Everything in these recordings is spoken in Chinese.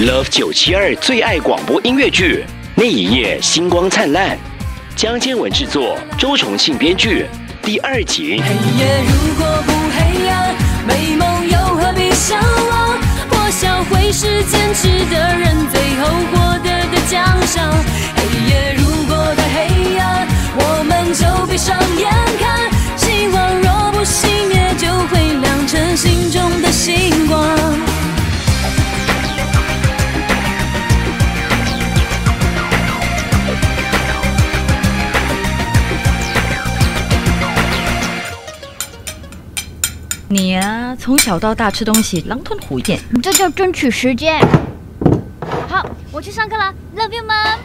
Love 972最爱广播音乐剧，那一夜星光灿烂，江坚文制作，周重庆编剧，第2集。 黑夜如果不黑暗，美梦又何必向往？破晓会是坚持的人最后获得的奖赏。黑夜如果太黑暗，我们就闭上眼看，希望若不熄灭，就会亮成心中的星光。 你啊，从小到大吃东西狼吞虎咽， 这叫争取时间。好，我去上课了 ，Love you, Mom。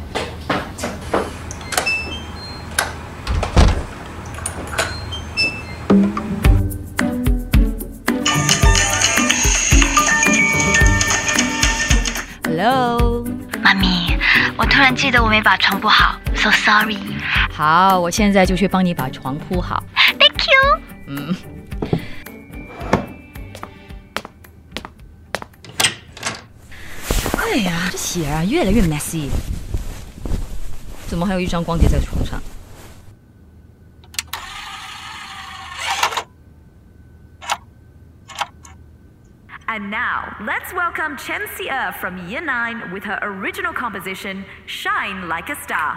Hello， 妈咪，我突然记得我没把床铺好 ，so sorry。 好，我现在就去帮你把床铺好。 Thank you。 哎呀，这血啊越来越 messy， 怎么还有一张光碟在床上 ？And now, let's welcome Chen Xie from Year 9 with her original composition, Shine Like a Star.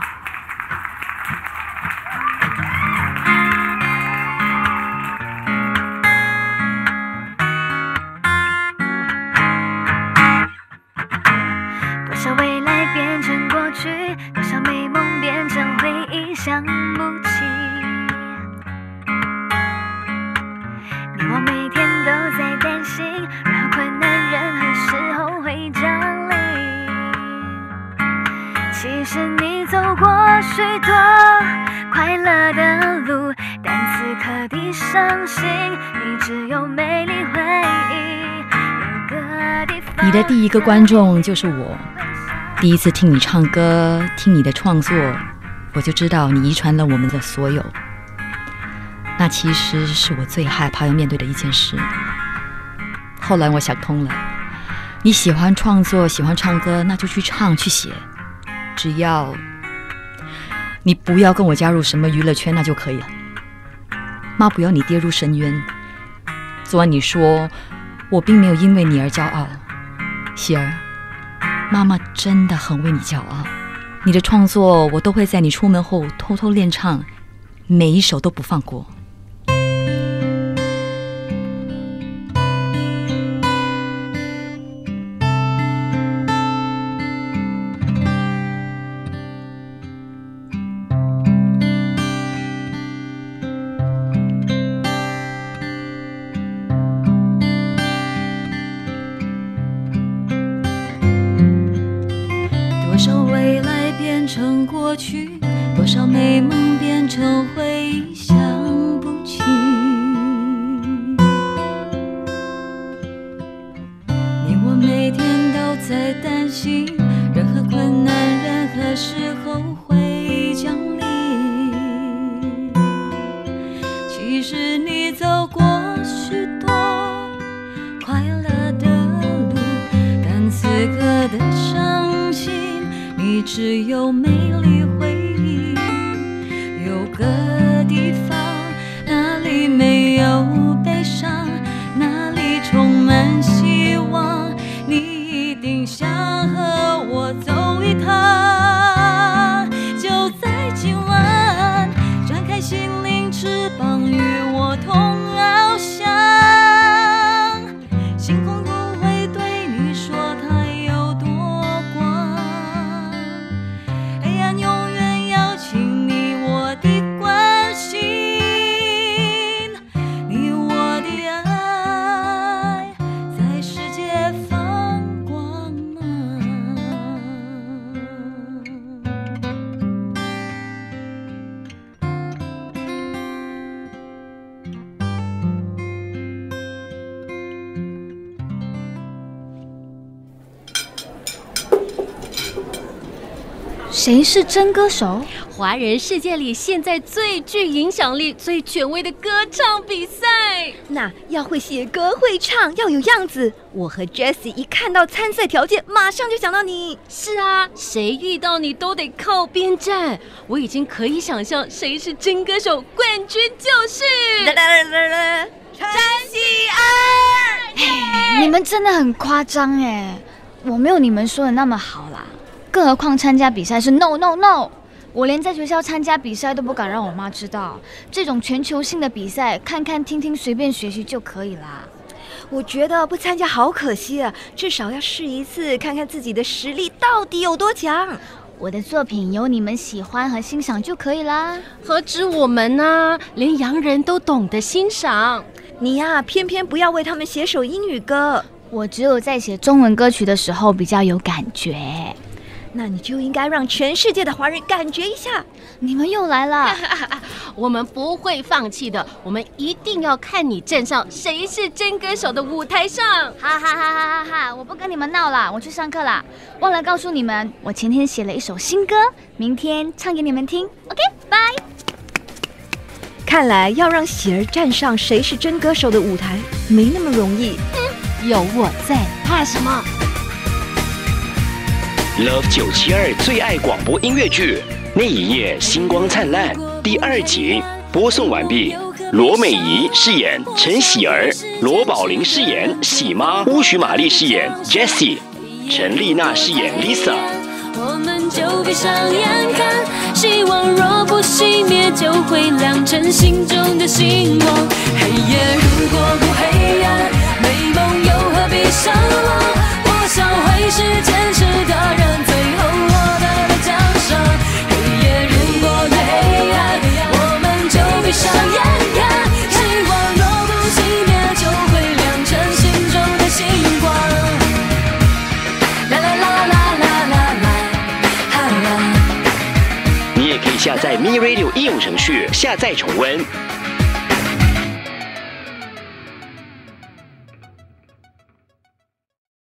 你的第一个观众就是我，第一次听你唱歌，听你的创作，我就知道你遗传了我们的所有。那其实是我最害怕要面对的一件事。后来我想通了，你喜欢创作，喜欢唱歌，那就去唱去写，只要你不要跟我加入什么娱乐圈，那就可以了。妈不要你跌入深渊。昨晚你说我并没有因为你而骄傲，希儿，妈妈真的很为你骄傲。你的创作我都会在你出门后偷偷练唱，每一首都不放过。 多少未来变成过去，多少美梦变成回忆，想不起。你我每天都在担心，任何困难，任何时候会降临。其实你走过许多快乐的路，但此刻的伤心，你只有美丽回忆。有个地方，哪里没有悲伤，哪里充满希望，你一定想和我走一趟。就在今晚，展开心灵翅膀，与我同翱翔。星空不会对你说它有多光，黑暗永远邀请你我的关心，你我的爱在世界放光芒。 谁是真歌手？ 华人世界里现在最具影响力、最权威的歌唱比赛。 那要会写歌会唱，要有样子。我和 Jessie 一看到参赛条件，马上就想到你。 是啊，谁遇到你都得靠边站。我已经可以想象谁是真歌手冠军就是陈喜儿。 你们真的很夸张哎，我没有你们说的那么好啦。更何况参加比赛是 no， 我连在学校参加比赛都不敢让我妈知道。这种全球性的比赛，看看听听，随便学习就可以啦。 我觉得不参加好可惜啊，至少要试一次，看看自己的实力到底有多强。 我的作品有你们喜欢和欣赏就可以啦。 何止我们啊，连洋人都懂得欣赏。 你呀，偏偏不要为他们写首英语歌。 我只有在写中文歌曲的时候比较有感觉。 那你就应该让全世界的华人感觉一下。 你们又来了。 我们不会放弃的，我们一定要看你站上谁是真歌手的舞台上。 哈哈哈哈哈哈！我不跟你们闹了，我去上课啦。忘了告诉你们，我前天写了一首新歌，明天唱给你们听。OK， 拜。 看来要让喜儿站上谁是真歌手的舞台没那么容易。 有我在，怕什么 ？Love 972最爱广播音乐剧《那一夜星光灿烂》第2集播送完毕。罗美仪饰演陈喜儿，罗宝玲饰演喜妈，巫许玛丽饰演 Jessie， 陈丽娜饰演 Lisa。 我们就闭上眼看，希望若不熄灭，就会亮成心中的星光。黑夜如果不黑暗，美梦又何必伤亡？我想会是坚持的人，最后获得的奖赏。黑夜如果越黑暗，我们就闭上眼看，希望若不熄灭，就会亮成心中的星光。啦啦啦啦啦啦啦。 你也可以下载 Me Radio 应用程序下载重温。